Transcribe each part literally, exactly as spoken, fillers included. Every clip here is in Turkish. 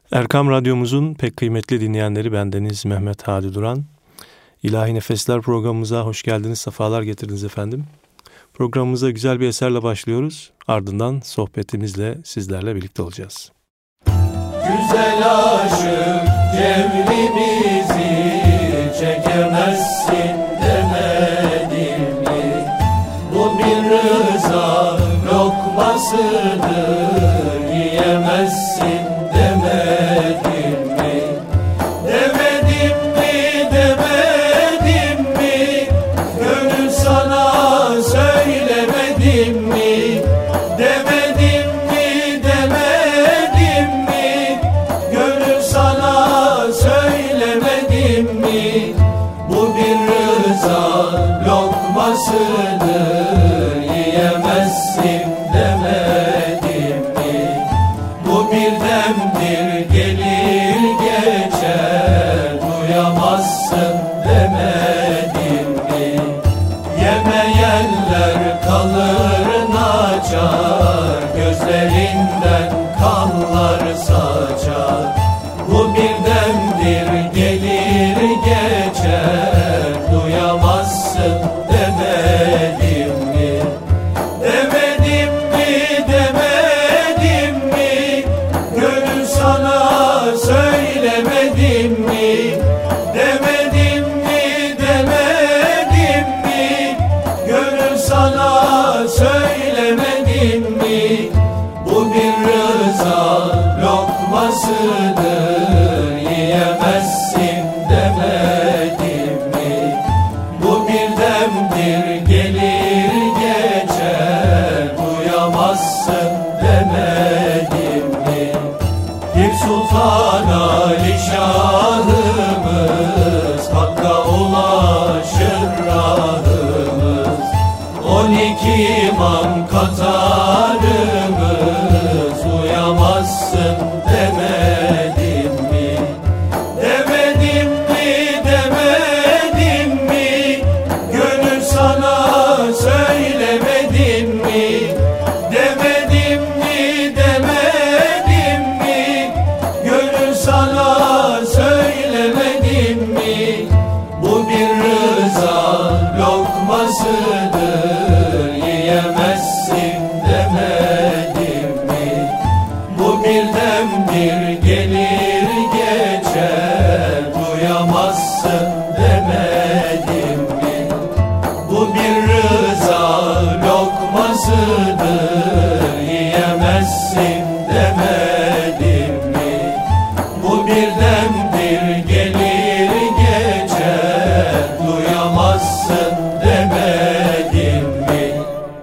Erkam Radyomuzun pek kıymetli dinleyenleri, bendeniz Mehmet Hadi Duran. İlahi Nefesler programımıza hoş geldiniz, sefalar getirdiniz efendim. Programımıza güzel bir eserle başlıyoruz. Ardından sohbetimizle sizlerle birlikte olacağız. Güzel aşık cevlimizi çekemezsin demedim mi? Bu bir rıza lokmasıdır, yiyemezsin demedim mi? Demedim mi, demedim mi? Gönül sana söylemedim mi? Demedim mi, demedim mi? Gönül sana söylemedim mi? Bu bir rıza lokmasıdır, yiyemezsin demedim mi? Bu bir demdir, gelir geçer, duyamazsın demedim mi? Yemeyenler kalır naçar, gözlerinden kanlar saçar. Bu bir demdir, gelir geçer, duyamazsın demedim mi? Demedim mi, demedim mi? Gönül sana söylemedim mi? Demedim mi, demedim mi? Gönül sana söylemedim mi? Bu bir rıza lokmasıdır, yiyemezsin demedim mi? Bu bir demdir, gelir geçer, duyamazsın demedim mi? Bir Sultan Ali Şahımız, Hakk'a ulaşır rahımız. On iki imam Katarımız, uyamazsın demedim mi? Demedim mi, demedim mi? Gönül sana söylemedim mi? Demedim mi, demedim mi? Gönül sana söylemedim mi? Bu bir rıza lokmasıdır, yiyemezsin demedim mi? Bu bir demdir, gelir geçer, duyamazsın demedim mi? Bu bir rıza lokmasıdır, yiyemezsin demedim mi? Bu bir demdir, gelir geçer, duyamazsın demedim mi?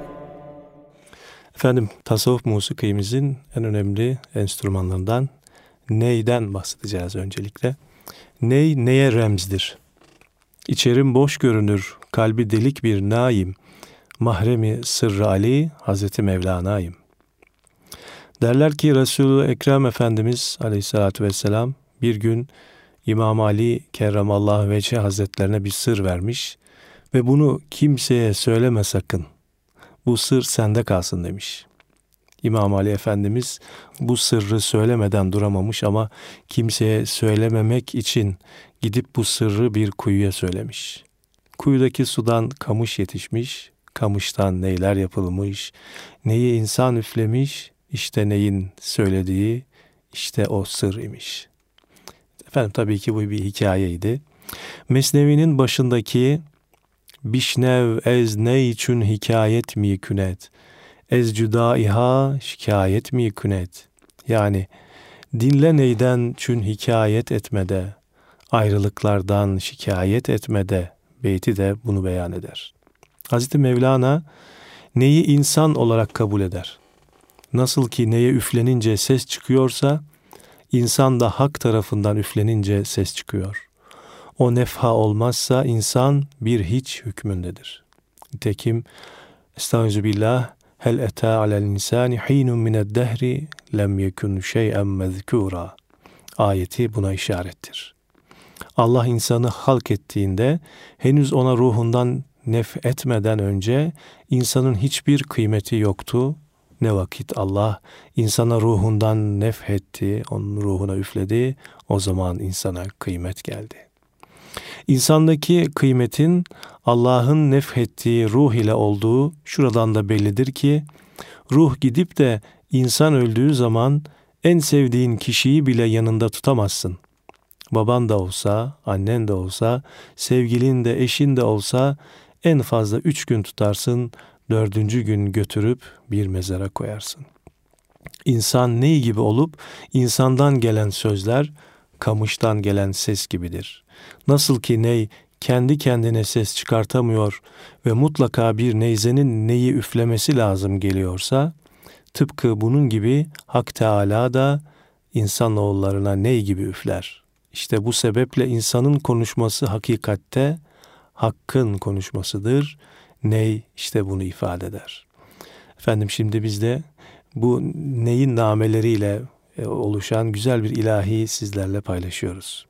Efendim, tasavvuf musikimizin en önemli enstrümanlarından neyden bahsedeceğiz öncelikle. Ney neye remzdir? İçerim boş görünür, kalbi delik bir naim, mahremi sırrı Ali, Hazreti Mevlana'yım. Derler ki Resul-i Ekrem Efendimiz Aleyhisselatü Vesselam bir gün İmam Ali Kerramallahu Vecih Hazretlerine bir sır vermiş ve bunu kimseye söyleme sakın. Bu sır sende kalsın demiş. İmam Ali Efendimiz bu sırrı söylemeden duramamış ama kimseye söylememek için gidip bu sırrı bir kuyuya söylemiş. Kuyudaki sudan kamış yetişmiş, kamıştan neyler yapılmış, neyi insan üflemiş, işte neyin söylediği, işte o sır imiş. Efendim tabii ki bu bir hikayeydi. Mesnevi'nin başındaki Bişnev ez ne için hikayet mi künet, ez cüdaiha şikayet mi künet. Yani dinle neyden çün hikayet etmede, ayrılıklardan şikayet etmede beyti de bunu beyan eder. Hazreti Mevlana neyi insan olarak kabul eder? Nasıl ki neye üflenince ses çıkıyorsa, insan da hak tarafından üflenince ses çıkıyor. O nefha olmazsa insan bir hiç hükmündedir. Nitekim Estağfirullah, hel eta alel insani hinun mined dehri lem yekun şey'en mezkura ayeti buna işarettir. Allah insanı halk ettiğinde henüz ona ruhundan nef etmeden önce insanın hiçbir kıymeti yoktu, Ne vakit Allah insana ruhundan nefhetti, onun ruhuna üfledi, o zaman insana kıymet geldi. İnsandaki kıymetin Allah'ın nefhettiği ruh ile olduğu şuradan da bellidir ki, ruh gidip de insan öldüğü zaman en sevdiğin kişiyi bile yanında tutamazsın. Baban da olsa, annen de olsa, sevgilin de, eşin de olsa en fazla üç gün tutarsın, dördüncü gün götürüp bir mezara koyarsın. İnsan ney gibi olup insandan gelen sözler kamıştan gelen ses gibidir. Nasıl ki ney kendi kendine ses çıkartamıyor ve mutlaka bir neyzenin neyi üflemesi lazım geliyorsa, tıpkı bunun gibi Hak Teâlâ da insanoğullarına ney gibi üfler. İşte bu sebeple insanın konuşması hakikatte Hakk'ın konuşmasıdır. Ney işte bunu ifade eder. Efendim şimdi biz de bu neyin nameleriyle oluşan güzel bir ilahi sizlerle paylaşıyoruz.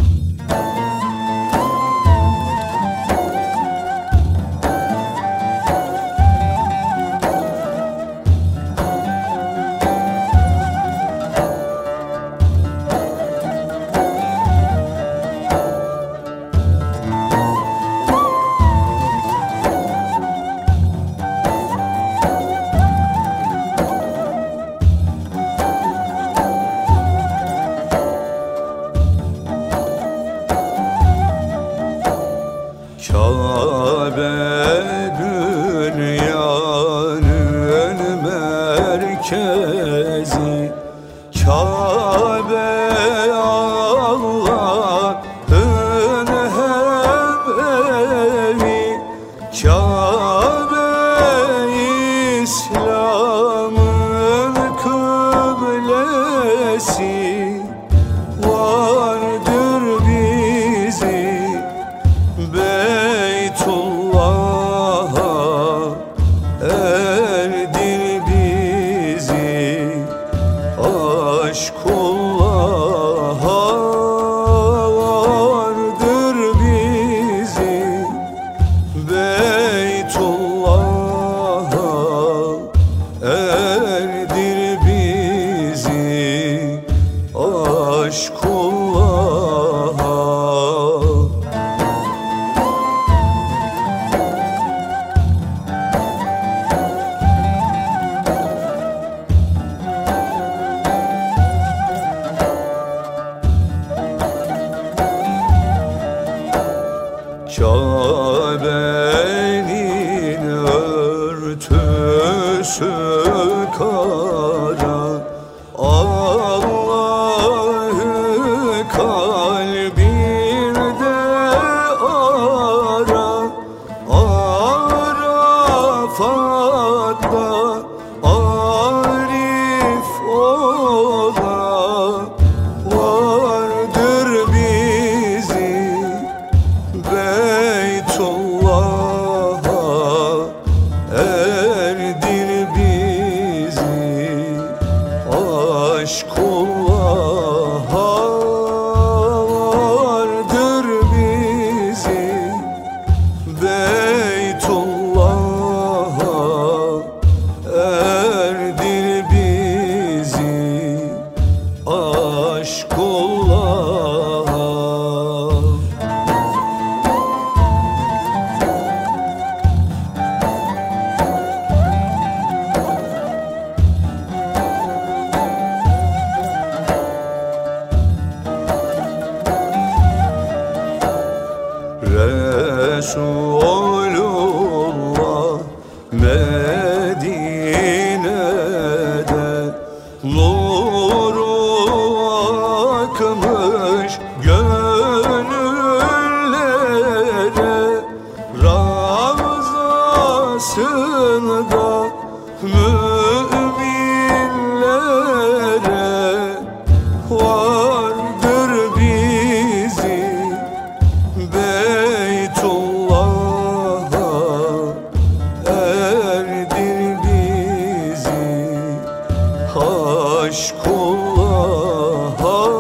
Resulullah Medine'de nuru akmış gönüllere, Ravzasında müminlere vardır bizi Beytullah'a, erdir bizi Haşkullah'a,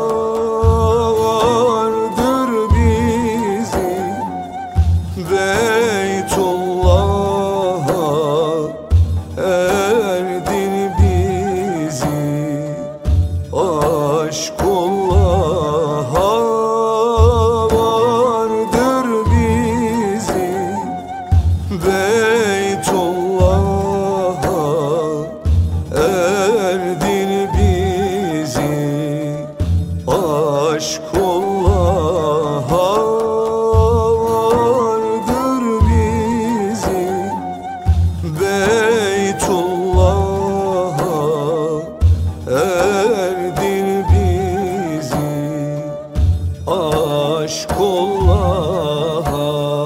vardır bizi Beytullah'a, erdir Aşk Allah'adır bizi, Beytullah'a erdir bizi. Aşk Allah'a.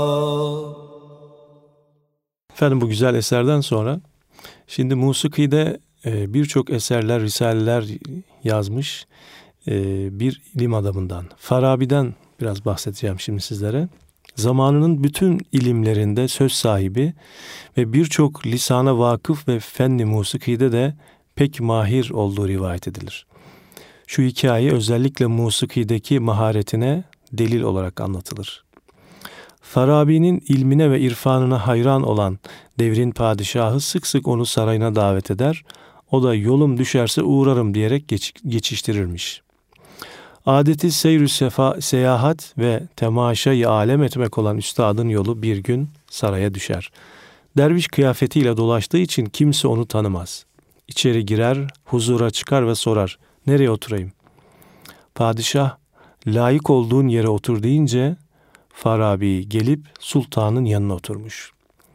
Efendim, bu güzel eserden sonra şimdi musikide e, birçok eserler, risaleler yazmış e, bir ilim adamından, Farabi'den biraz bahsedeceğim şimdi sizlere. Zamanının bütün ilimlerinde söz sahibi ve birçok lisana vakıf ve fenni musikide de pek mahir olduğu rivayet edilir. Şu hikaye özellikle musikideki maharetine delil olarak anlatılır. Farabi'nin ilmine ve irfanına hayran olan devrin padişahı sık sık onu sarayına davet eder, o da yolum düşerse uğrarım diyerek geç, geçiştirirmiş. Adeti seyr-ü sefa, seyahat ve temaşayı alem etmek olan üstadın yolu bir gün saraya düşer. Derviş kıyafetiyle dolaştığı için kimse onu tanımaz. İçeri girer, huzura çıkar ve sorar, nereye oturayım? Padişah, layık olduğun yere otur deyince Farabi gelip sultanın yanına oturmuş.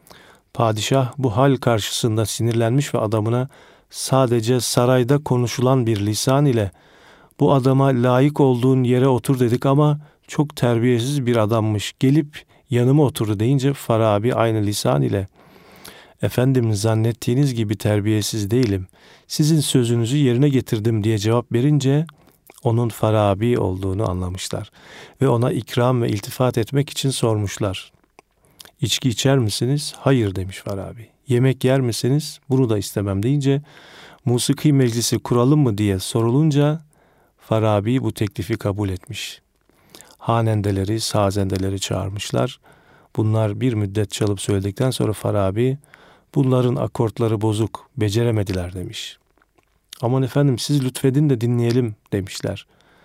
Padişah bu hal karşısında sinirlenmiş ve adamına sadece sarayda konuşulan bir lisan ile bu adama layık olduğun yere otur dedik ama çok terbiyesiz bir adammış, gelip yanıma oturdu deyince Farabi aynı lisan ile efendim zannettiğiniz gibi terbiyesiz değilim, sizin sözünüzü yerine getirdim diye cevap verince onun Farabi olduğunu anlamışlar ve ona ikram ve iltifat etmek için sormuşlar. İçki içer misiniz? Hayır demiş Farabi. Yemek yer misiniz? Bunu da istemem deyince musiki meclisi kuralım mı diye sorulunca Farabi bu teklifi kabul etmiş. Hanendeleri, sazendeleri çağırmışlar. Bunlar bir müddet çalıp söyledikten sonra Farabi bunların akortları bozuk, beceremediler demiş. Aman efendim siz lütfedin de dinleyelim demişler.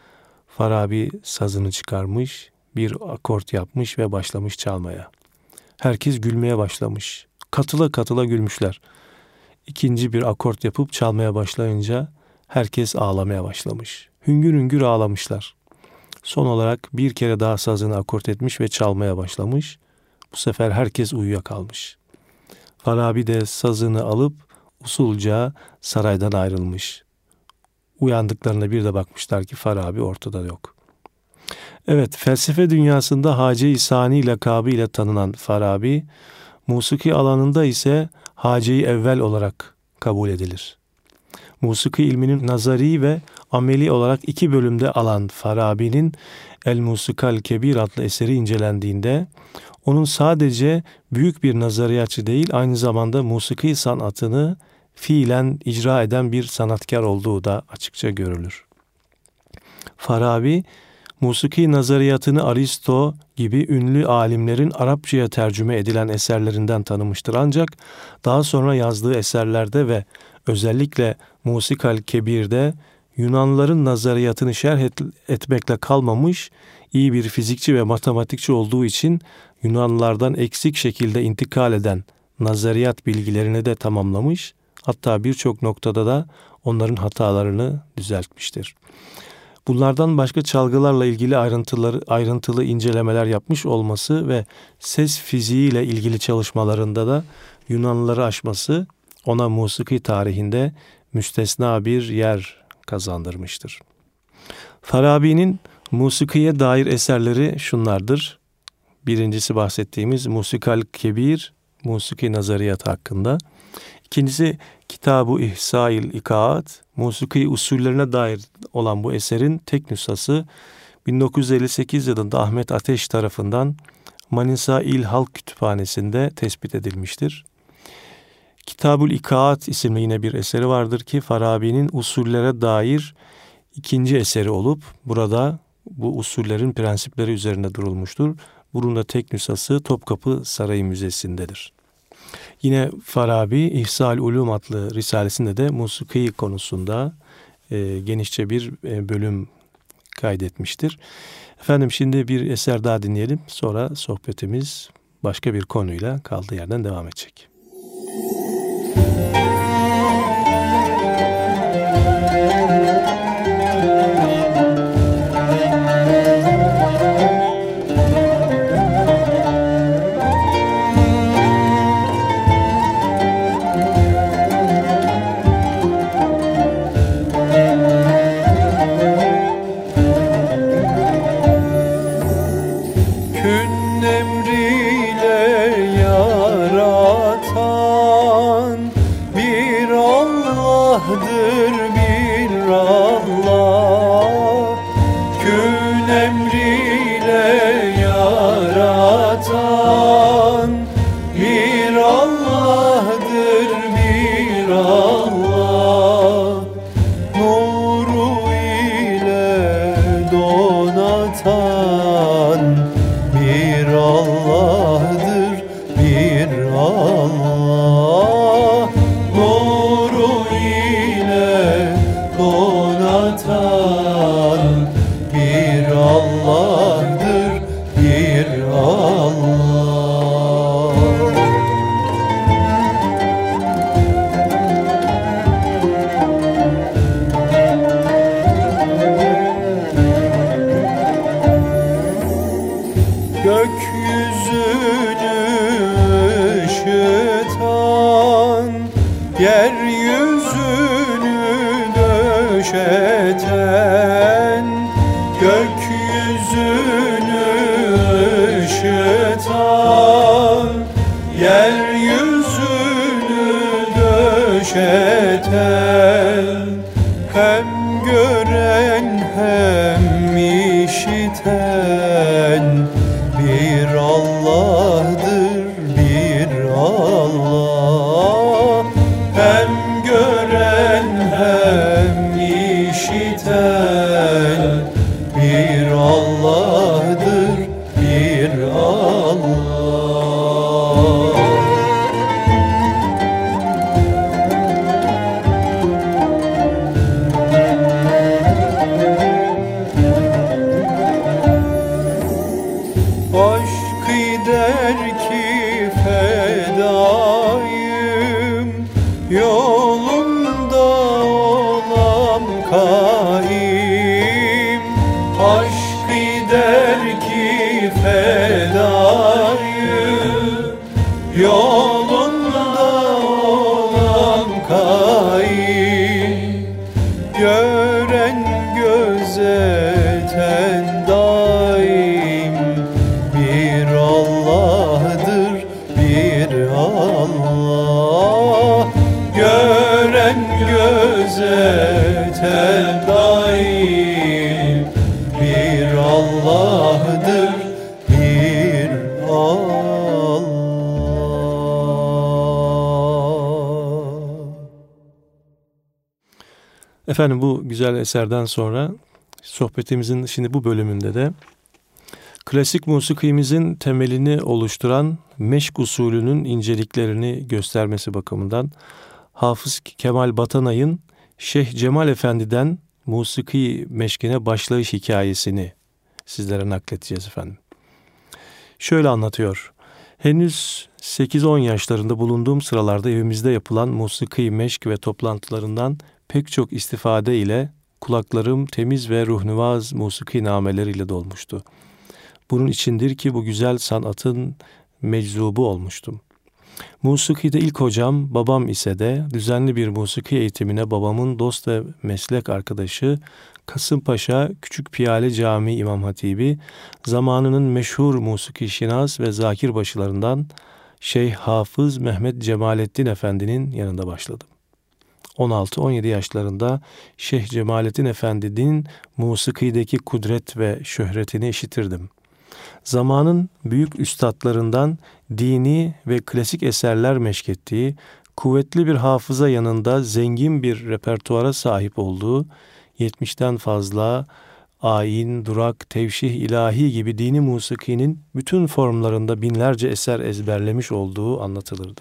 Farabi sazını çıkarmış, bir akort yapmış ve başlamış çalmaya. Herkes gülmeye başlamış. Katıla katıla gülmüşler. İkinci bir akort yapıp çalmaya başlayınca herkes ağlamaya başlamış. Hüngür hüngür ağlamışlar. Son olarak bir kere daha sazını akort etmiş ve çalmaya başlamış. Bu sefer herkes uyuyakalmış. Farabi de sazını alıp usulca saraydan ayrılmış. Uyandıklarına bir de bakmışlar ki Farabi ortada yok. Evet, felsefe dünyasında Hace-i Sani lakabı ile tanınan Farabi, musiki alanında ise Hace-i Evvel olarak kabul edilir. Musiki ilminin nazari ve ameli olarak iki bölümde alan Farabi'nin El Musikal Kebir adlı eseri incelendiğinde, onun sadece büyük bir nazariyatçı değil, aynı zamanda musiki sanatını fiilen icra eden bir sanatkar olduğu da açıkça görülür. Farabi, musiki nazariyatını Aristo gibi ünlü alimlerin Arapçaya tercüme edilen eserlerinden tanımıştır. Ancak daha sonra yazdığı eserlerde ve özellikle Musikal Kebir'de Yunanlıların nazariyatını şerh et, etmekle kalmamış, iyi bir fizikçi ve matematikçi olduğu için Yunanlılardan eksik şekilde intikal eden nazariyat bilgilerini de tamamlamış, hatta birçok noktada da onların hatalarını düzeltmiştir. Bunlardan başka çalgılarla ilgili ayrıntıları, ayrıntılı incelemeler yapmış olması ve ses fiziği ile ilgili çalışmalarında da Yunanlıları aşması ona musiki tarihinde müstesna bir yer kazandırmıştır. Farabi'nin musikiye dair eserleri şunlardır. Birincisi bahsettiğimiz Musikal Kebir, musiki nazariyatı hakkında. İkincisi Kitab-ı İhsail İkaat, musiki usullerine dair olan bu eserin tek nüshası bin dokuz yüz elli sekiz yılında Ahmet Ateş tarafından Manisa İl Halk Kütüphanesi'nde tespit edilmiştir. Kitab-ül İkaat isimli yine bir eseri vardır ki Farabi'nin usullere dair ikinci eseri olup burada bu usullerin prensipleri üzerinde durulmuştur. Bunun da tek nüshası Topkapı Sarayı Müzesi'ndedir. Yine Farabi İhsal Ulum adlı risalesinde de musiki konusunda e, genişçe bir e, bölüm kaydetmiştir. Efendim şimdi bir eser daha dinleyelim. Sonra sohbetimiz başka bir konuyla kaldığı yerden devam edecek. donatan bir Allah'dır, bir Allah. Nuru ile donatan bir Allah'dır, bir Allah. Gökyüzünü ışıtan, yeryüzünü döşeten, gökyüzünü ışıtan, yeryüzünü döşeten, hem gören hem işiten bir Allah'dır, bir Allah. Hem gören hem işiten bir Allah'dır, bir Allah. Aşk eder ki fedayım, yolunda olam kaim. Aşk eder ki fedayım, yolunda olam kaim. Gören gözeten daim bir Allah'dır, bir Allah. Gören gözeten daim bir Allah'dır, bir Allah. Efendim, bu güzel eserden sonra sohbetimizin şimdi bu bölümünde de klasik musikimizin temelini oluşturan meşk usulünün inceliklerini göstermesi bakımından Hafız Kemal Batanay'ın Şeyh Cemal Efendi'den musiki meşkine başlayış hikayesini sizlere nakledeceğiz efendim. Şöyle anlatıyor. Henüz sekiz on yaşlarında bulunduğum sıralarda evimizde yapılan musiki meşk ve toplantılarından pek çok istifade ile kulaklarım temiz ve ruhnuvaz musiki nameleriyle dolmuştu. Bunun içindir ki bu güzel sanatın meczubu olmuştum. Musikide ilk hocam babam ise de düzenli bir musiki eğitimine babamın dost ve meslek arkadaşı Kasımpaşa Küçük Piyale Camii İmam Hatibi, zamanının meşhur musiki şinas ve zakirbaşılarından Şeyh Hafız Mehmet Cemalettin Efendi'nin yanında başladım. on altı on yedi yaşlarında Şeyh Cemalettin Efendi'nin musikideki kudret ve şöhretini işitirdim. Zamanın büyük üstadlarından dini ve klasik eserler meşkettiği, kuvvetli bir hafıza yanında zengin bir repertuara sahip olduğu, yetmişten fazla ayin, durak, tevşih, ilahi gibi dini musikinin bütün formlarında binlerce eser ezberlemiş olduğu anlatılırdı.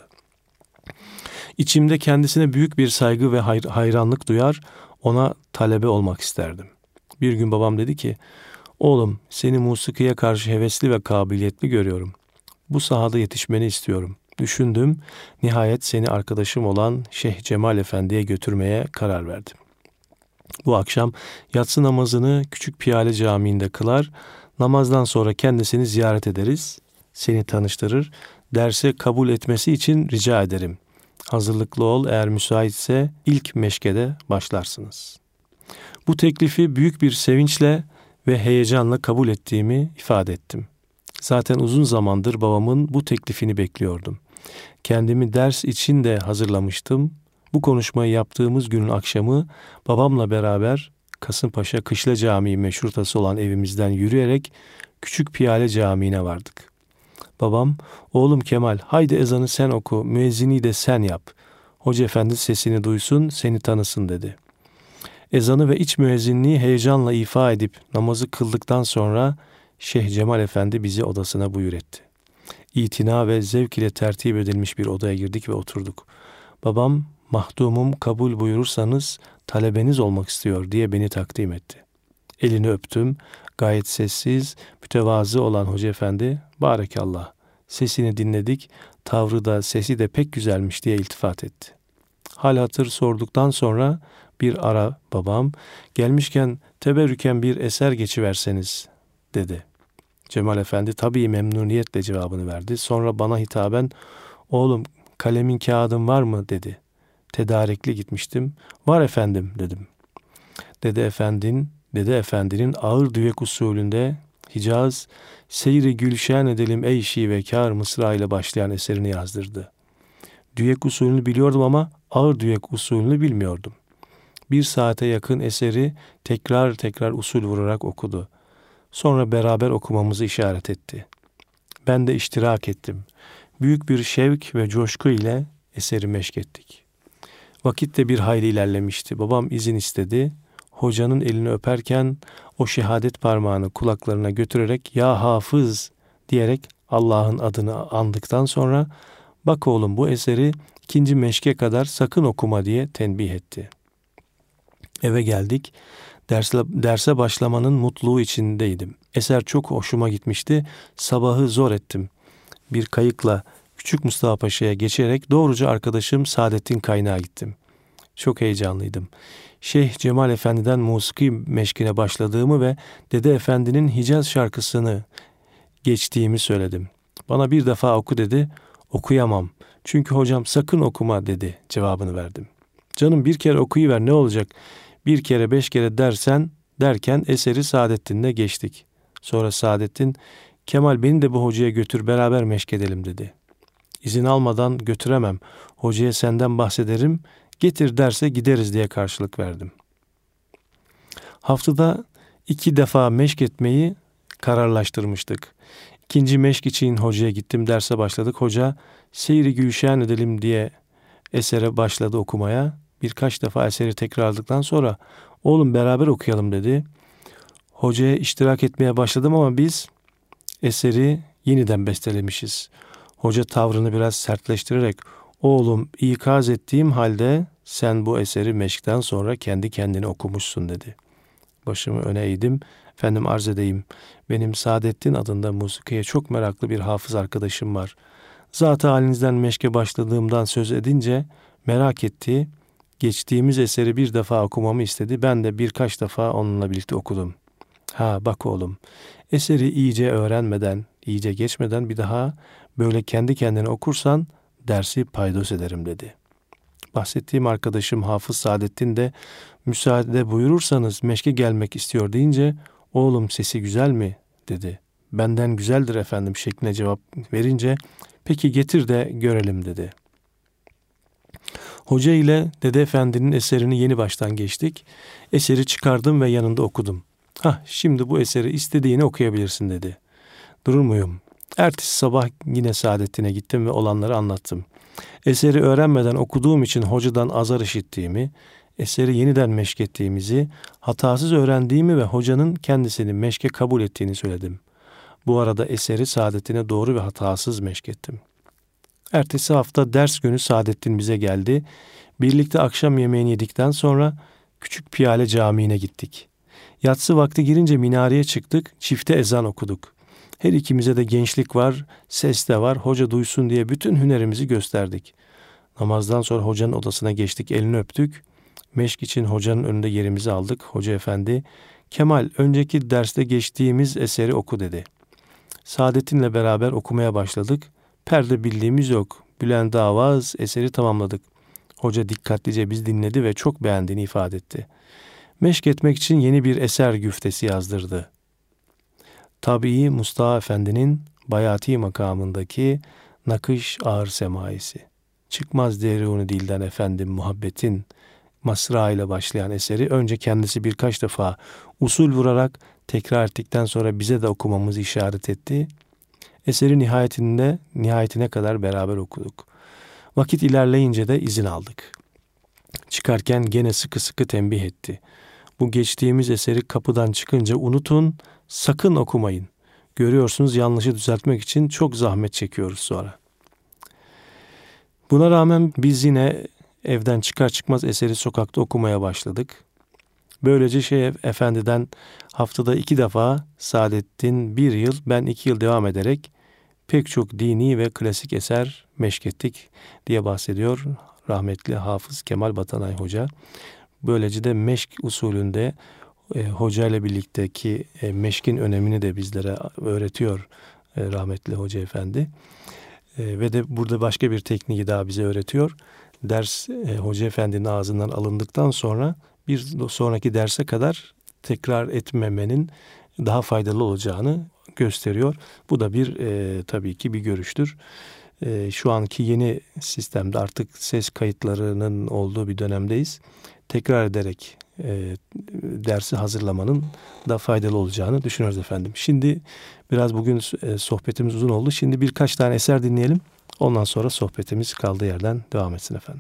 İçimde kendisine büyük bir saygı ve hayr- hayranlık duyar, ona talebe olmak isterdim. Bir gün babam dedi ki, "Oğlum, seni musikiye karşı hevesli ve kabiliyetli görüyorum. Bu sahada yetişmeni istiyorum." Düşündüm, nihayet seni arkadaşım olan Şeyh Cemal Efendi'ye götürmeye karar verdim. Bu akşam yatsı namazını Küçük Piyale Camii'nde kılar, namazdan sonra kendisini ziyaret ederiz, seni tanıştırır, derse kabul etmesi için rica ederim. Hazırlıklı ol, eğer müsaitse ilk meşkede başlarsınız. Bu teklifi büyük bir sevinçle ve heyecanla kabul ettiğimi ifade ettim. Zaten uzun zamandır babamın bu teklifini bekliyordum. Kendimi ders için de hazırlamıştım. Bu konuşmayı yaptığımız günün akşamı babamla beraber Kasımpaşa Kışla Camii meşrutası olan evimizden yürüyerek Küçük Piyale Camii'ne vardık. Babam, "Oğlum Kemal, haydi ezanı sen oku, müezzini de sen yap. Hoca efendi sesini duysun, seni tanısın," dedi. Ezanı ve iç müezzinliği heyecanla ifa edip namazı kıldıktan sonra Şeyh Cemal Efendi bizi odasına buyur etti. İtina ve zevk ile tertip edilmiş bir odaya girdik ve oturduk. Babam, mahdumum kabul buyurursanız talebeniz olmak istiyor diye beni takdim etti. Elini öptüm. Gayet sessiz, mütevazı olan Hoca Efendi, barekallah, sesini dinledik, tavrı da sesi de pek güzelmiş diye iltifat etti. Hal hatır sorduktan sonra bir ara babam, gelmişken teberrüken bir eser geçiverseniz dedi. Cemal Efendi tabii memnuniyetle cevabını verdi. Sonra bana hitaben, oğlum kalemin kağıdın var mı dedi. Tedarikli gitmiştim. Var efendim dedim. Dede Efendi'nin Dede Efendi'nin ağır düvek usulünde Hicaz, Seyri Gülşen edelim ey şivekâr mısra ile başlayan eserini yazdırdı. Düvek usulünü biliyordum ama ağır düvek usulünü bilmiyordum. Bir saate yakın eseri tekrar tekrar usul vurarak okudu. Sonra beraber okumamızı işaret etti. Ben de iştirak ettim. Büyük bir şevk ve coşku ile eseri meşk ettik. Vakit de bir hayli ilerlemişti. Babam izin istedi. Hocanın elini öperken o şehadet parmağını kulaklarına götürerek ya hafız diyerek Allah'ın adını andıktan sonra bak oğlum bu eseri ikinci meşke kadar sakın okuma diye tenbih etti. Eve geldik. Derse, derse başlamanın mutluluğu içindeydim. Eser çok hoşuma gitmişti. Sabahı zor ettim. Bir kayıkla Küçük Mustafa Paşa'ya geçerek doğruca arkadaşım Saadettin Kaynağı gittim. Çok heyecanlıydım. Şeyh Cemal Efendi'den musiki meşkine başladığımı ve Dede Efendi'nin Hicaz şarkısını geçtiğimi söyledim. Bana bir defa oku dedi. Okuyamam. Çünkü hocam sakın okuma dedi cevabını verdim. Canım bir kere okuyuver ne olacak? Bir kere beş kere dersen derken eseri Saadettin'le geçtik. Sonra Saadettin Kemal beni de bu hocaya götür beraber meşk edelim dedi. İzin almadan götüremem. Hocaya senden bahsederim. Getir derse gideriz diye karşılık verdim. Haftada iki defa meşk etmeyi kararlaştırmıştık. İkinci meşk için hocaya gittim, derse başladık. Hoca Seyri Gülşen edelim diye esere başladı okumaya. Birkaç defa eseri tekrarladıktan sonra oğlum beraber okuyalım dedi. Hocaya iştirak etmeye başladım ama biz eseri yeniden bestelemişiz. Hoca tavrını biraz sertleştirerek oğlum ikaz ettiğim halde sen bu eseri meşkten sonra kendi kendine okumuşsun dedi. Başımı öne eğdim. Efendim arz edeyim. Benim Saadettin adında musikiye çok meraklı bir hafız arkadaşım var. Zat-ı halinizden meşke başladığımdan söz edince merak etti. Geçtiğimiz eseri bir defa okumamı istedi. Ben de birkaç defa onunla birlikte okudum. Ha bak oğlum, eseri iyice öğrenmeden, iyice geçmeden bir daha böyle kendi kendine okursan dersi paydos ederim dedi. Bahsettiğim arkadaşım Hafız Saadettin de müsaade buyurursanız meşke gelmek istiyor deyince oğlum sesi güzel mi dedi. Benden güzeldir efendim şeklinde cevap verince peki getir de görelim dedi. Hoca ile Dede Efendi'nin eserini yeni baştan geçtik. Eseri çıkardım ve yanında okudum. Hah şimdi bu eseri istediğini okuyabilirsin dedi. Durur muyum? Ertesi sabah yine Saadettin'e gittim ve olanları anlattım. Eseri öğrenmeden okuduğum için hocadan azar işittiğimi, eseri yeniden meşk ettiğimizi, hatasız öğrendiğimi ve hocanın kendisini meşke kabul ettiğini söyledim. Bu arada eseri Saadettin'e doğru ve hatasız meşk ettim. Ertesi hafta ders günü Saadettin bize geldi. Birlikte akşam yemeğini yedikten sonra Küçük Piyale Camii'ne gittik. Yatsı vakti girince minareye çıktık, çifte ezan okuduk. Her ikimize de gençlik var, ses de var, hoca duysun diye bütün hünerimizi gösterdik. Namazdan sonra hocanın odasına geçtik, elini öptük. Meşk için hocanın önünde yerimizi aldık. Hoca efendi, Kemal önceki derste geçtiğimiz eseri oku dedi. Saadettin'le beraber okumaya başladık. Perde bildiğimiz yok. Bülent Avaz eseri tamamladık. Hoca dikkatlice biz dinledi ve çok beğendiğini ifade etti. Meşk etmek için yeni bir eser güftesi yazdırdı. Tabii Mustafa Efendi'nin Bayati makamındaki Nakış Ağır Semaisi. Çıkmaz derunu dilden efendim muhabbetin masra ile başlayan eseri önce kendisi birkaç defa usul vurarak tekrar ettikten sonra bize de okumamızı işaret etti. Eseri nihayetinde nihayetine kadar beraber okuduk. Vakit ilerleyince de izin aldık. Çıkarken gene sıkı sıkı tembih etti. Bu geçtiğimiz eseri kapıdan çıkınca unutun, sakın okumayın. Görüyorsunuz yanlışı düzeltmek için çok zahmet çekiyoruz sonra. Buna rağmen biz yine evden çıkar çıkmaz eseri sokakta okumaya başladık. Böylece Şeyh Efendi'den haftada iki defa, Saadettin bir yıl, ben iki yıl devam ederek pek çok dini ve klasik eser meşk ettik diye bahsediyor rahmetli Hafız Kemal Batanay Hoca. Böylece de meşk usulünde e, hoca ile birlikteki e, meşkin önemini de bizlere öğretiyor e, rahmetli Hoca Efendi. E, ve de burada başka bir tekniği daha bize öğretiyor. Ders e, Hoca Efendi'nin ağzından alındıktan sonra bir sonraki derse kadar tekrar etmemenin daha faydalı olacağını gösteriyor. Bu da bir e, tabii ki bir görüştür. E, şu anki yeni sistemde artık ses kayıtlarının olduğu bir dönemdeyiz. Tekrar ederek e, dersi hazırlamanın da faydalı olacağını düşünüyoruz efendim. Şimdi biraz bugün e, sohbetimiz uzun oldu. Şimdi birkaç tane eser dinleyelim. Ondan sonra sohbetimiz kaldığı yerden devam etsin efendim.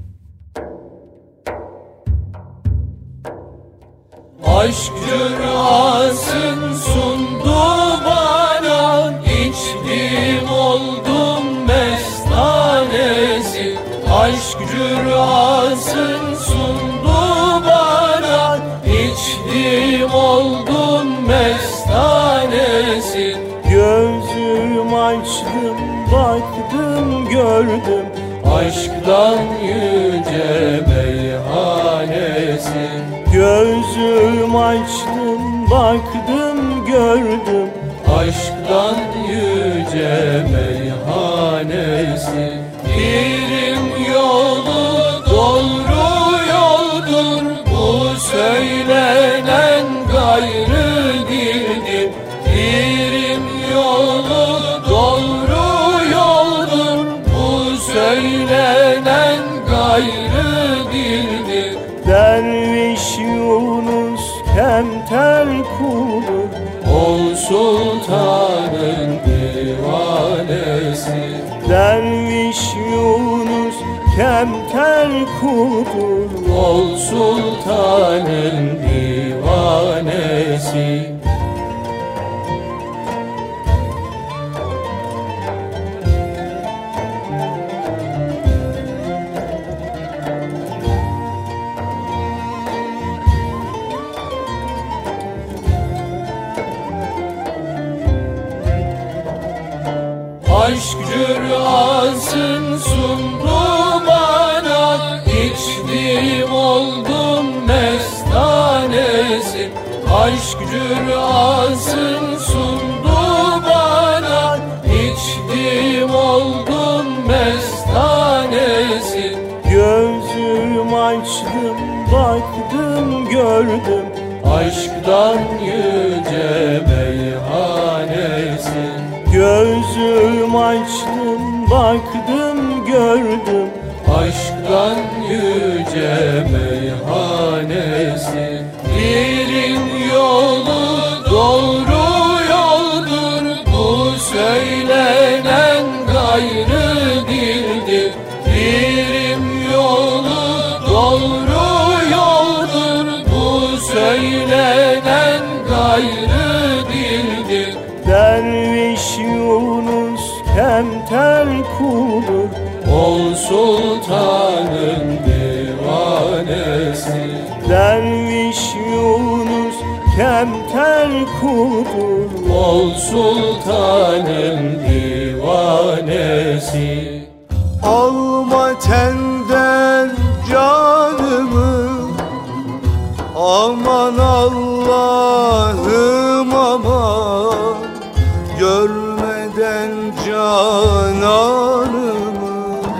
Aşk cürasın sundu bana, içtim oldum mestanesi. Aşk cürasın sundu bana, içtim oldum mestanesi. Gözüm açtım, baktım, gördüm Aşktan yüce meyhanesi. Gözüm açtım, baktım, gördüm Aşktan yüce meyhanesi. Pirim yolu doğru yoldur, bu söylenen gayrı dildir. Pirim yolu doğru yoldur, bu söylenen gayrı dildir. Derviş Yunus kemter kulu, Ol sultanın divanesi. Derviş Yunus kemter kulu, Ol sultanın divanesi. Aşk cürasın sundu bana, içtim oldum mestanesi. Aşk cürasın sundu bana, içtim oldum mestanesi. gözüm açtım, baktım, gördüm Aşktan yüce meyhanesi. Gözüm açtım, baktım, gördüm Aşktan yüce meyhanesi. Pirin yolu doğru yoldur, bu söylenen gayrı dildir. Pirin yolu doğru yoldur, bu söylenen gayrı dildir. Derviş Yunus kemter kulu, Ol sultanın divanesi. Derviş Yunus kemter kulu, Ol sultanın divanesi. alma tenden canımı, aman Allah'ım aman, görmeden cananımı,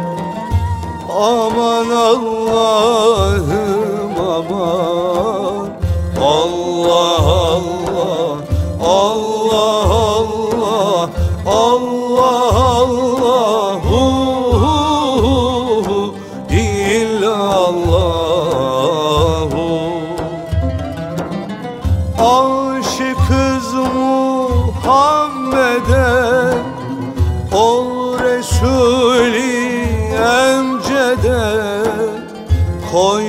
aman Allah'ım aman. Allah Allah, Allah Allah, Allah Allah, hu hu hu, illallahu. Aşıkız Muhammed'e, ol Resul-i Emced'e, koy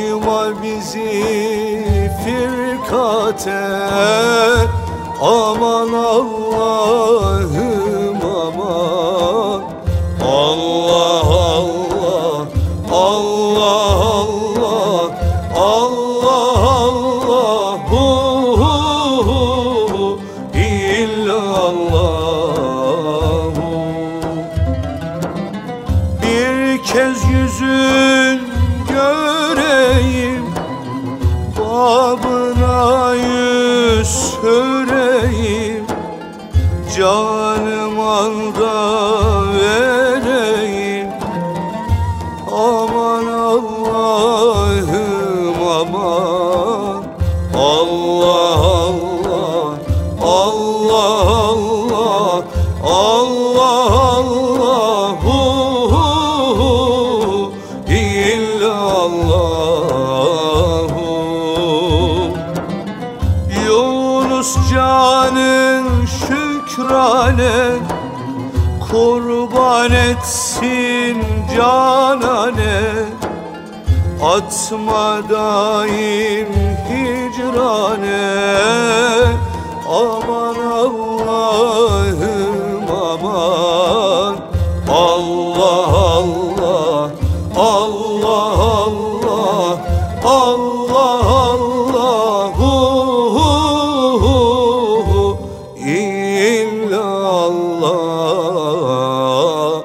yeter. Aman Allah'ım aman. Allah Allah, Allah Allah, Allah Allah, hu hu hu, illallah. Bir kez yüzün göreyim, babına yüz süreyim, canım anda vereyim. Aman Allah'ım aman. Allah Allah, Allah Allah, Allah Allah, hu hu hu, illallah. Yunus canın şükrane, kurban etsin canane. Atma daim hicrane. Aman Allah'ım aman. Allah Allah, Allah Allah, Allah Allah, hu hu hu, illallah.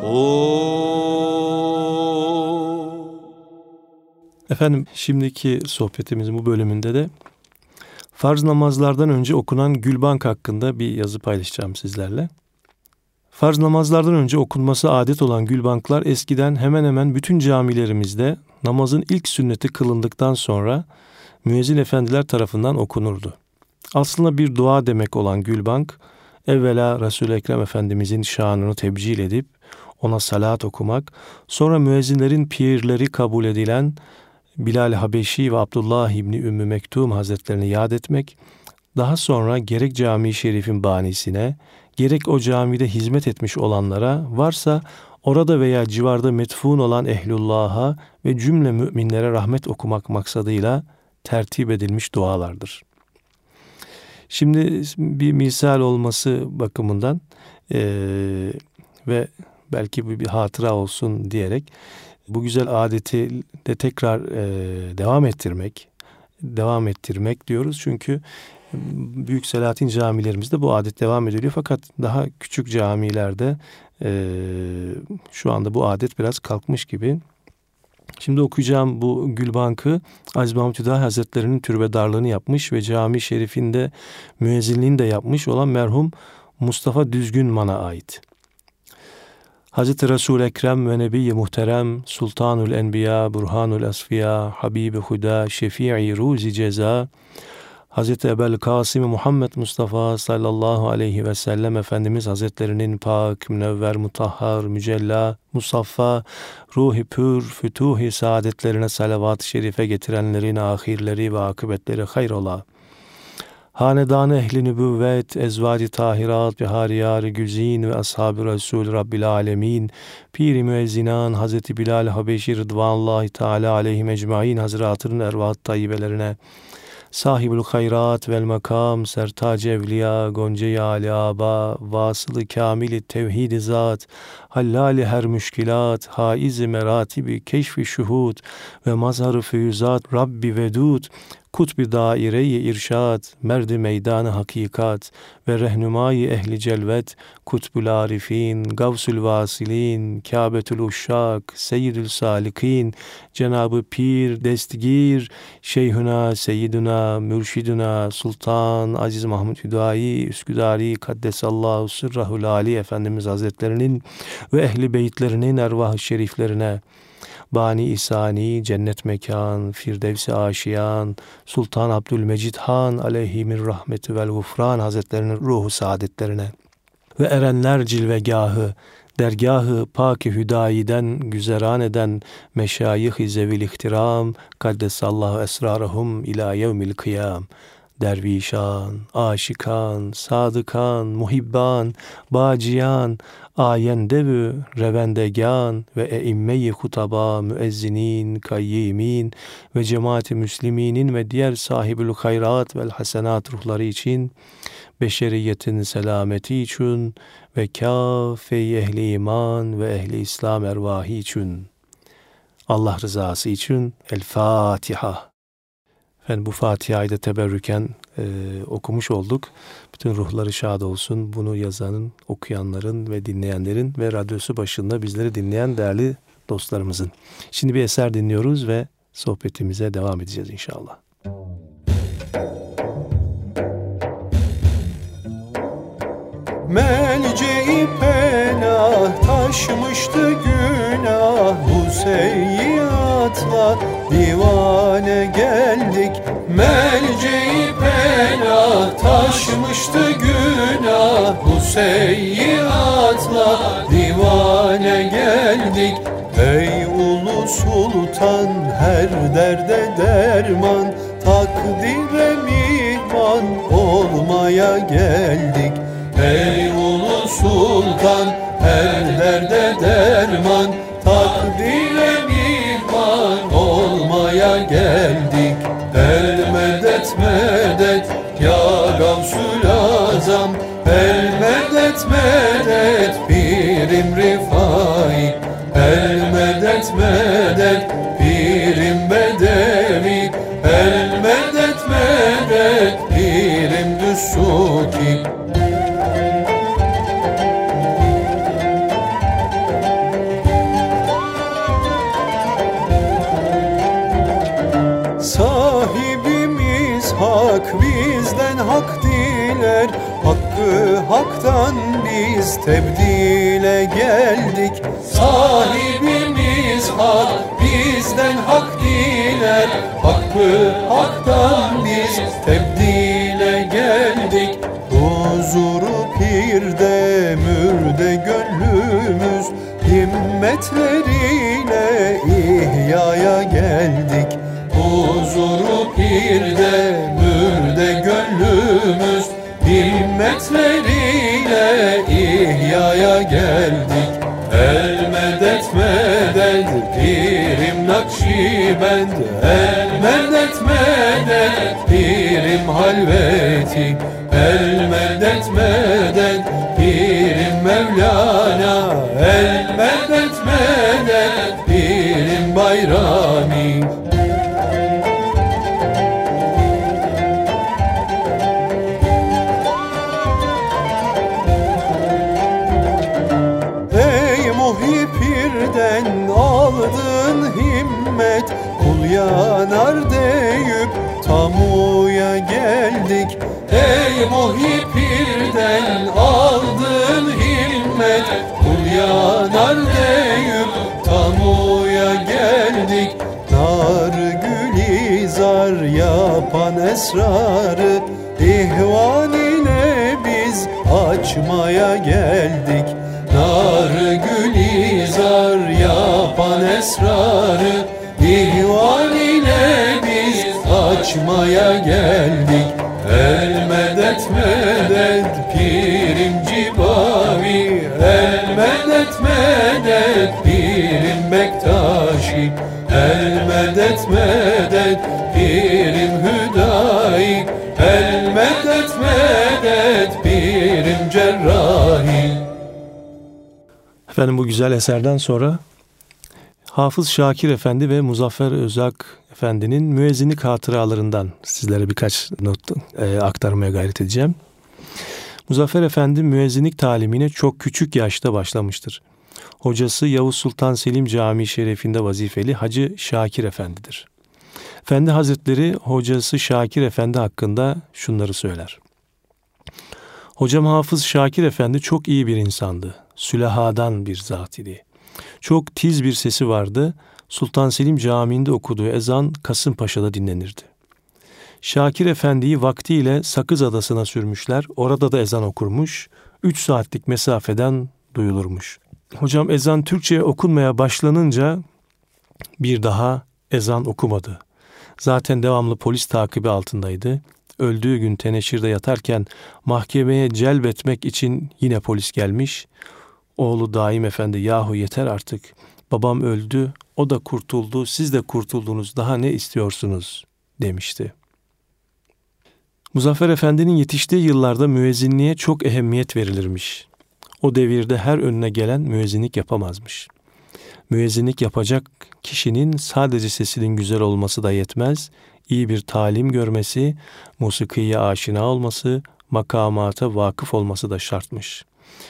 Efendim, şimdiki sohbetimizin bu bölümünde de farz namazlardan önce okunan Gülbank hakkında bir yazı paylaşacağım sizlerle. Farz namazlardan önce okunması adet olan Gülbanklar eskiden hemen hemen bütün camilerimizde namazın ilk sünneti kılındıktan sonra müezzin efendiler tarafından okunurdu. Aslında bir dua demek olan Gülbank, evvela Resul-i Ekrem Efendimizin şanını tebcil edip ona salat okumak, sonra müezzinlerin pirleri kabul edilen Bilal Habeşi ve Abdullah İbni Ümmü Mektum Hazretlerini yad etmek, daha sonra gerek cami-i şerifin banisine, gerek o camide hizmet etmiş olanlara, varsa orada veya civarda metfun olan ehlullah'a ve cümle müminlere rahmet okumak maksadıyla tertip edilmiş dualardır. Şimdi bir misal olması bakımından ee, ve belki bir, bir hatıra olsun diyerek bu güzel adeti de tekrar e, devam ettirmek, devam ettirmek diyoruz. Çünkü Büyük Selahattin camilerimizde bu adet devam ediliyor. Fakat daha küçük camilerde e, şu anda bu adet biraz kalkmış gibi. Şimdi okuyacağım bu Gülbank'ı Aziz Mahmud Hüdayi Hazretleri'nin türbedarlığını yapmış ve cami şerifinde müezzinliğini de yapmış olan merhum Mustafa Düzgünman'a ait. Hazreti Resul-i Ekrem ve Nebi-i Muhterem, Sultanul Enbiya, Burhanul Asfiya, Habib-i Huda, Şefii Ruzi Ceza, Hazreti Ebel Kasım Muhammed Mustafa sallallahu aleyhi ve sellem Efendimiz Hazretlerinin pak, münevver, mutahhar, mücella, musaffa, ruhi pür, fütuhi saadetlerine salavat-ı şerife getirenlerin ahirleri ve akıbetleri hayrola. Hanedan-ı ehli nübüvvet, ezvac-ı tahirat, bihariyar-ı güzin ve ashab-ı Resul Rabbil Alemin, Pir-i Müezzinan, Hazreti Bilal Habeşi Rıdvanullahi Teala aleyhim ecmaîn Hazretlerinin ervat tayyibelerine, sahibül hayrat vel makam, sertac evliya, gonce-i âli-âbâ, vasılı kâmil-i tevhid-i zat, hallâli her müşkilat, haiz-i meratibi keşf-i şuhud ve mazhar-ı füyüzat, Rabbi vedud, kutb-i daire-i irşad, merdi meydan-ı hakikat ve rehnumâ-i ehli celvet, kutbül arifin, gavsul vasilin, kâbetül uşşak, seyyidül salikîn, Cenab-ı Pir, Destgir, Şeyhuna, Seyyiduna, Mürşiduna, Sultan, Aziz Mahmud Hüdayi, Üsküdari, Kaddesallahu sırrahul âli Efendimiz Hazretlerinin ve ehli beytlerinin ervah-ı şeriflerine, Bani İsani, cennet mekan, Firdevs-i Aşiyan, Sultan Abdülmecid Han aleyhimir rahmeti vel gufran Hazretlerinin ruhu saadetlerine ve erenler cilvegahı, dergahı pak-ı hüdayiden güzeran eden meşayih-i zevil ihtiram, kaddesallahu esrarahum ila yevmil kıyam. dervişan, aşikan, sadıkan, muhibban, baciyan, ayendevü, revendegan ve eimme-i hutaba, müezzinin, kayyimin ve cemaati müsliminin ve diğer sahibül hayrat vel hasenat ruhları için, beşeriyetin selameti için ve kâfe-i ehli iman ve ehli İslam ervahi için, Allah rızası için El Fatiha. Efendim bu Fatiha'yı da teberrüken e, okumuş olduk. Bütün ruhları şad olsun. Bunu yazanın, okuyanların ve dinleyenlerin ve radyosu başında bizleri dinleyen değerli dostlarımızın. Şimdi bir eser dinliyoruz ve sohbetimize devam edeceğiz inşallah. Melce-i penah taşmıştı günah, bu seyyiatla divane geldik. Melce-i penah taşmıştı günah, bu seyyiatla divane geldik. Ey ulu sultan, her derde derman, takdire mihman olmaya geldik. Ey ulu sultan, her derde derman, takdire mihman olmaya geldik. El medet medet ya Gavsül Azam, el medet medet Pirim Rifai, el medet medet Pirim Bedevi, el medet medet Pirim Düssuki. Sahibimiz hak, bizden hak diler, hakkı haktan biz tebdile geldik. Sahibimiz hak, bizden hak diler, hakkı haktan biz tebdile geldik. Huzuru pirde mürde gönlümüz, himmetleriyle ihyaya geldik. Huzuru pirde mürde gönlümüz, himmetleriyle ihyaya geldik. El medet medet Pirim Nakşibend, el medet medet Pirim Halveti, el medet medet Pirim Mevlana, el medet medet Pirim Bayrami. Aldın himmet, kul yanar deyip tamuya geldik. Ey muhipirden aldın himmet, kul yanar deyip tamuya geldik. Nar gülizar yapan esrarı, ihvan ile biz açmaya geldik. Nar gülizar yapan esrarı, ihvan ile biz açmaya geldik. El medet medet Pirim Cibavi, el medet medet Pirim Bektaşi, el medet medet Pirim Hüdayi, el medet medet Pirim Cerrahi. Efendim bu güzel eserden sonra Hafız Şakir Efendi ve Muzaffer Özak Efendi'nin müezzinlik hatıralarından sizlere birkaç not e, aktarmaya gayret edeceğim. Muzaffer Efendi müezzinlik talimine çok küçük yaşta başlamıştır. Hocası Yavuz Sultan Selim Camii Şerifinde vazifeli Hacı Şakir Efendi'dir. Efendi Hazretleri hocası Şakir Efendi hakkında şunları söyler. Hocam Hafız Şakir Efendi çok iyi bir insandı. Sülahadan bir zat idi. Çok tiz bir sesi vardı. Sultan Selim Camii'nde okuduğu ezan Kasımpaşa'da dinlenirdi. Şakir Efendi'yi vaktiyle Sakız Adası'na sürmüşler. Orada da ezan okurmuş. Üç saatlik mesafeden duyulurmuş. Hocam ezan Türkçe'ye okunmaya başlanınca bir daha ezan okumadı. Zaten devamlı polis takibi altındaydı. öldüğü gün teneşirde yatarken mahkemeye celbetmek için yine polis gelmiş. Oğlu Daim Efendi, yahu yeter artık, babam öldü, o da kurtuldu, siz de kurtuldunuz, daha ne istiyorsunuz demişti. Muzaffer Efendi'nin yetiştiği yıllarda müezzinliğe çok ehemmiyet verilirmiş. O devirde her önüne gelen müezzinlik yapamazmış. Müezzinlik yapacak kişinin sadece sesinin güzel olması da yetmez, iyi bir talim görmesi, musikiye aşina olması, makamata vakıf olması da şartmış.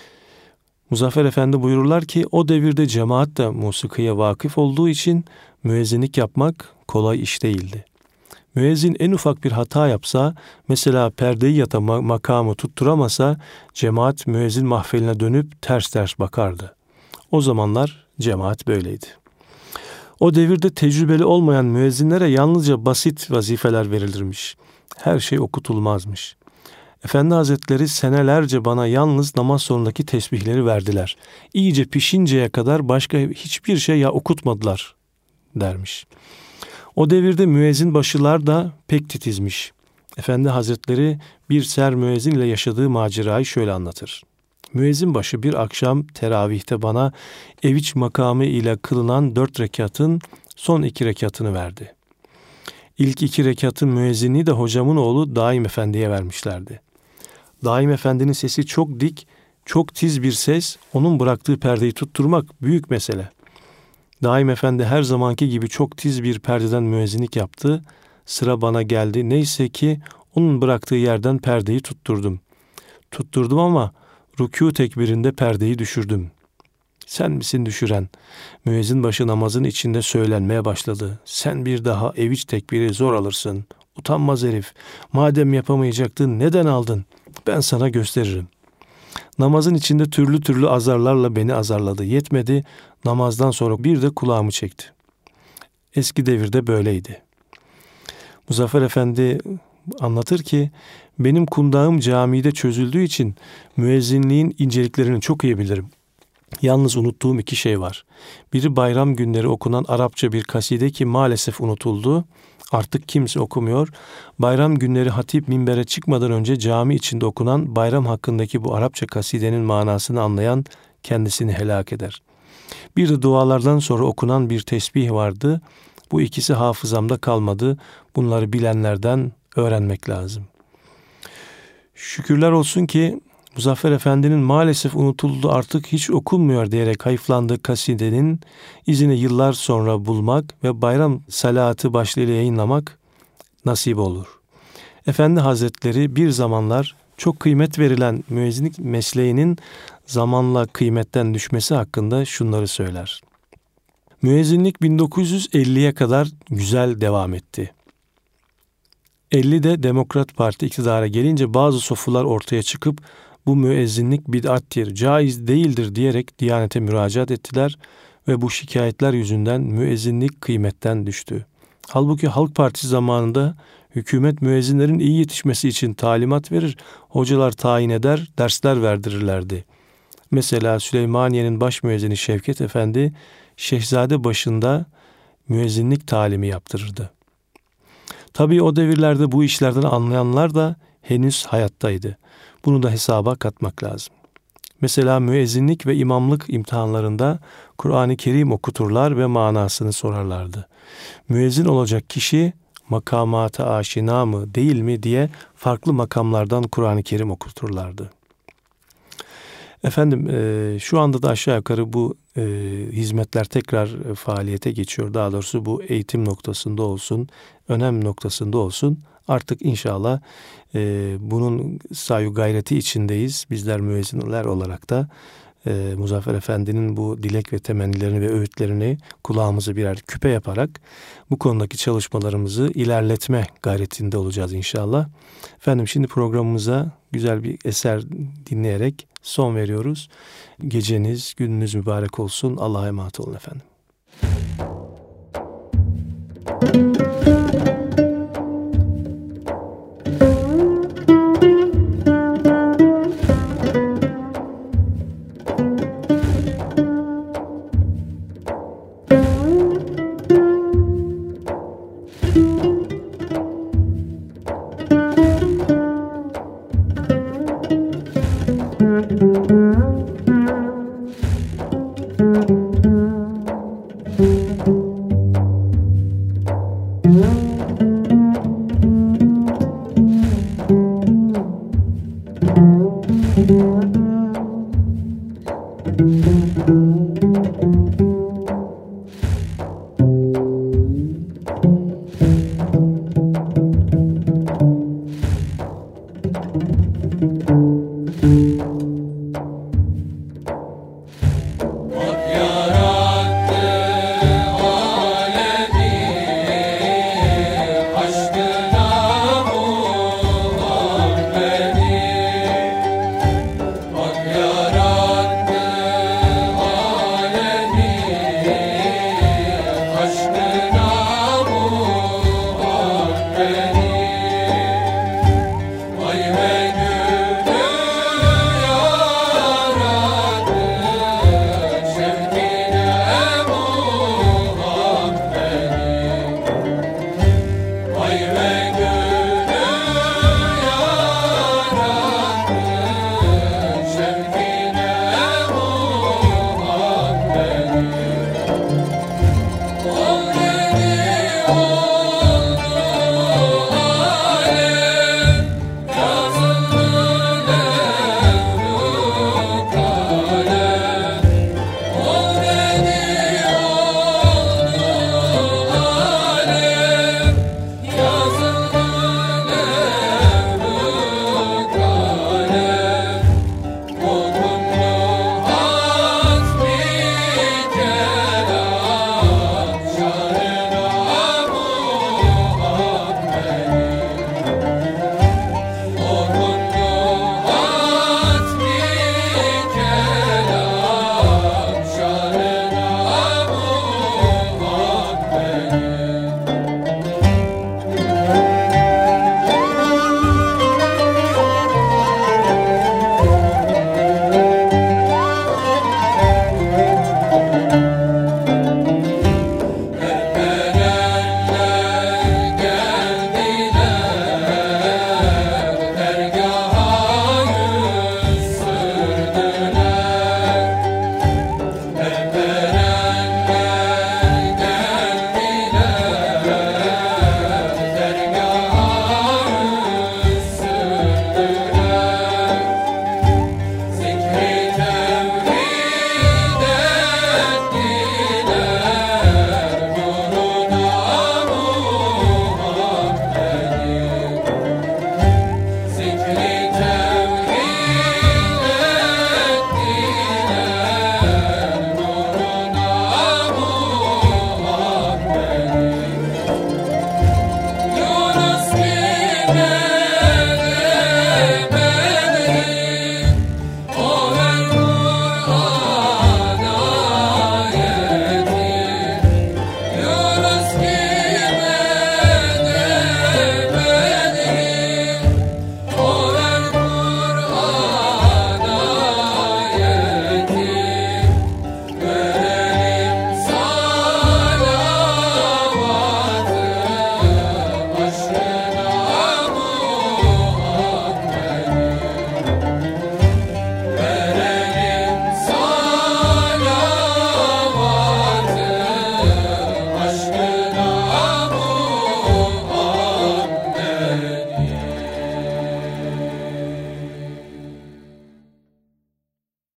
Muzaffer Efendi buyururlar ki o devirde cemaat de musikiye vakıf olduğu için müezzinlik yapmak kolay iş değildi. Müezzin en ufak bir hata yapsa, mesela perdeyi yata makamı tutturamasa, cemaat müezzin mahfeline dönüp ters ters bakardı. O zamanlar cemaat böyleydi. O devirde tecrübeli olmayan müezzinlere yalnızca basit vazifeler verilirmiş. Her şey okutulmazmış. Efendi Hazretleri senelerce bana yalnız namaz sonundaki tesbihleri verdiler. İyice pişinceye kadar başka hiçbir şey ya okutmadılar dermiş. O devirde müezzin başılar da pek titizmiş. Efendi Hazretleri bir ser müezzin ile yaşadığı macerayı şöyle anlatır. Müezzin başı bir akşam teravihte bana eviç makamı ile kılınan dört rekatın son iki rekatını verdi. İlk iki rekatın müezzinliği de hocamın oğlu Daim Efendi'ye vermişlerdi. Daim Efendi'nin sesi çok dik, çok tiz bir ses, onun bıraktığı perdeyi tutturmak büyük mesele. Daim Efendi her zamanki gibi çok tiz bir perdeden müezzinlik yaptı. Sıra bana geldi. Neyse ki onun bıraktığı yerden perdeyi tutturdum. Tutturdum ama rükû tekbirinde perdeyi düşürdüm. Sen misin düşüren? Müezzin başı namazın içinde söylenmeye başladı. Sen bir daha eviç tekbiri zor alırsın. Utanmaz herif. Madem yapamayacaktın neden aldın? Ben sana gösteririm. Namazın içinde türlü türlü azarlarla beni azarladı. Yetmedi, namazdan sonra bir de kulağımı çekti. Eski devirde böyleydi. Muzaffer Efendi anlatır ki, benim kundağım camide çözüldüğü için müezzinliğin inceliklerini çok iyi bilirim. Yalnız unuttuğum iki şey var. Biri bayram günleri okunan Arapça bir kaside ki maalesef unutuldu. Artık kimse okumuyor. Bayram günleri hatip minbere çıkmadan önce cami içinde okunan bayram hakkındaki bu Arapça kasidenin manasını anlayan kendisini helak eder. Bir de dualardan sonra okunan bir tesbih vardı. Bu ikisi hafızamda kalmadı. Bunları bilenlerden öğrenmek lazım. Şükürler olsun ki Muzaffer Efendi'nin maalesef unutuldu, artık hiç okunmuyor diyerek hayıflandığı kasidenin izini yıllar sonra bulmak ve bayram salatı başlığıyla yayınlamak nasip olur. Efendi Hazretleri bir zamanlar çok kıymet verilen müezzinlik mesleğinin zamanla kıymetten düşmesi hakkında şunları söyler. Müezzinlik bin dokuz yüz elliye kadar güzel devam etti. ellide Demokrat Parti iktidara gelince bazı sofular ortaya çıkıp bu müezzinlik bid'attir, caiz değildir diyerek Diyanete müracaat ettiler ve bu şikayetler yüzünden müezzinlik kıymetten düştü. Halbuki Halk Partisi zamanında hükümet müezzinlerin iyi yetişmesi için talimat verir, hocalar tayin eder, dersler verdirirlerdi. Mesela Süleymaniye'nin baş müezzini Şevket Efendi, Şehzade başında müezzinlik talimi yaptırırdı. Tabii o devirlerde bu işlerden anlayanlar da henüz hayattaydı. Bunu da hesaba katmak lazım. Mesela müezzinlik ve imamlık imtihanlarında Kur'an-ı Kerim okuturlar ve manasını sorarlardı. Müezzin olacak kişi makamata aşina mı değil mi diye farklı makamlardan Kur'an-ı Kerim okuturlardı. Efendim e, şu anda da aşağı yukarı bu e, hizmetler tekrar e, faaliyete geçiyor. Daha doğrusu bu eğitim noktasında olsun, önem noktasında olsun. Artık inşallah e, bunun sayu gayreti içindeyiz. Bizler müezzinler olarak da e, Muzaffer Efendi'nin bu dilek ve temennilerini ve öğütlerini kulağımızı birer küpe yaparak bu konudaki çalışmalarımızı ilerletme gayretinde olacağız inşallah. Efendim şimdi programımıza güzel bir eser dinleyerek son veriyoruz. Geceniz, gününüz mübarek olsun. Allah'a emanet olun efendim. Müzik